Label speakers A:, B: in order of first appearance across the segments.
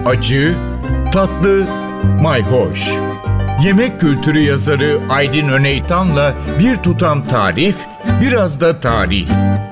A: acı, tatlı, mayhoş. Yemek kültürü yazarı Aydin Öneytan'la bir tutam tarif, biraz da tarih.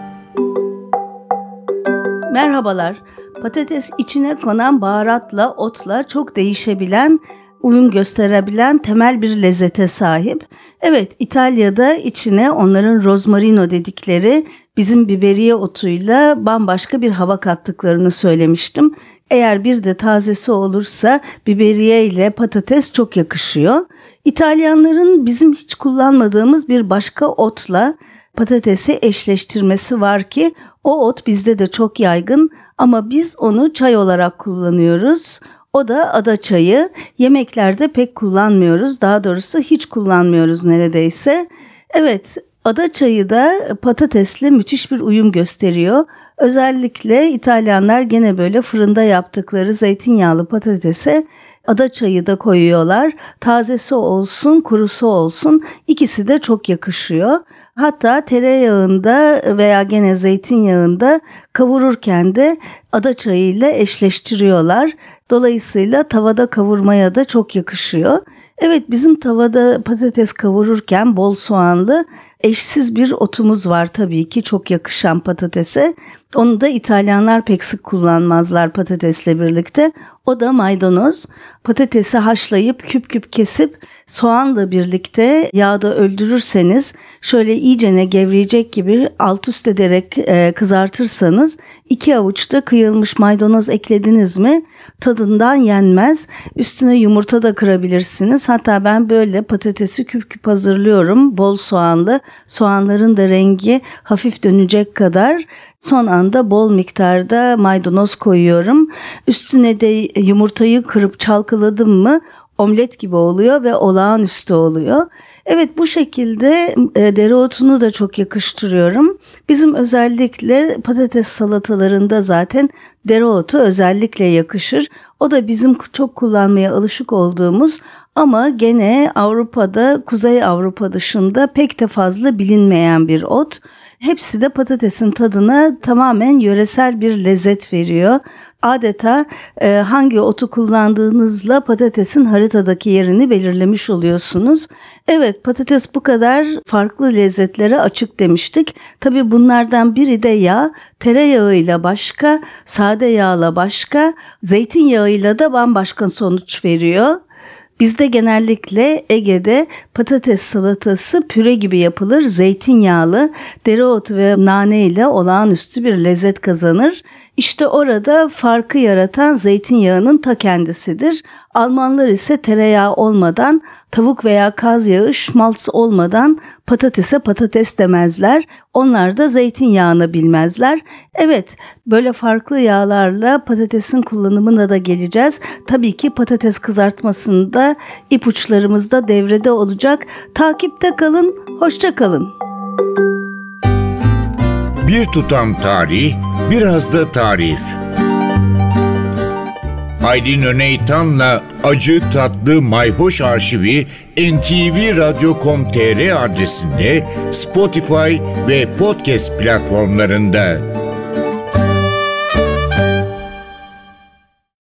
B: Merhabalar. Patates içine konan baharatla, otla çok değişebilen, uyum gösterebilen temel bir lezzete sahip. Evet, İtalya'da içine onların rosmarino dedikleri bizim biberiye otuyla bambaşka bir hava kattıklarını söylemiştim. Eğer bir de tazesi olursa biberiye ile patates çok yakışıyor. İtalyanların bizim hiç kullanmadığımız bir başka otla patatesi eşleştirmesi var ki o ot bizde de çok yaygın ama biz onu çay olarak kullanıyoruz. O da ada çayı. Yemeklerde pek kullanmıyoruz. Daha doğrusu hiç kullanmıyoruz neredeyse. Evet, ada çayı da patatesle müthiş bir uyum gösteriyor. Özellikle İtalyanlar gene böyle fırında yaptıkları zeytinyağlı patatese ada çayı da koyuyorlar. Tazesi olsun, kurusu olsun ikisi de çok yakışıyor. Hatta tereyağında veya gene zeytinyağında kavururken de ada çayıyla eşleştiriyorlar. Dolayısıyla tavada kavurmaya da çok yakışıyor. Evet, bizim tavada patates kavururken bol soğanlı eşsiz bir otumuz var tabii ki çok yakışan patatese. Onu da İtalyanlar pek sık kullanmazlar patatesle birlikte. O da maydanoz. Patatesi haşlayıp küp küp kesip soğanla birlikte yağda öldürürseniz şöyle iyicene gevreyecek gibi alt üst ederek kızartırsanız 2 avuçta kıyılmış maydanoz eklediniz mi tadından yenmez. Üstüne yumurta da kırabilirsiniz. Hatta ben böyle patatesi küp küp hazırlıyorum. Bol soğanlı. Soğanların da rengi hafif dönecek kadar son anda bol miktarda maydanoz koyuyorum. Üstüne de yumurtayı kırıp çalkaladım mı omlet gibi oluyor ve olağanüstü oluyor. Evet, bu şekilde dereotunu da çok yakıştırıyorum. Bizim özellikle patates salatalarında zaten dereotu özellikle yakışır. O da bizim çok kullanmaya alışık olduğumuz ama gene Avrupa'da, Kuzey Avrupa dışında pek de fazla bilinmeyen bir ot. Hepsi de patatesin tadına tamamen yöresel bir lezzet veriyor. Adeta hangi otu kullandığınızla patatesin haritadaki yerini belirlemiş oluyorsunuz. Evet, patates bu kadar farklı lezzetlere açık demiştik. Tabii bunlardan biri de yağ. Tereyağıyla başka, sade yağla başka, zeytinyağıyla da bambaşka sonuç veriyor. Bizde genellikle Ege'de patates salatası püre gibi yapılır. Zeytinyağlı, dereotu ve nane ile olağanüstü bir lezzet kazanır. İşte orada farkı yaratan zeytinyağının ta kendisidir. Almanlar ise tereyağı olmadan, tavuk veya kaz yağı, schmaltz olmadan patatese patates demezler. Onlar da zeytinyağını bilmezler. Evet, böyle farklı yağlarla patatesin kullanımına da geleceğiz. Tabii ki patates kızartmasında ipuçlarımız da devrede olacak. Takipte kalın, hoşça kalın.
A: Bir tutam tarih, biraz da tarif. Aydin Öneytan'la acı tatlı mayhoş arşivi ntvradio.com.tr adresinde Spotify ve podcast platformlarında.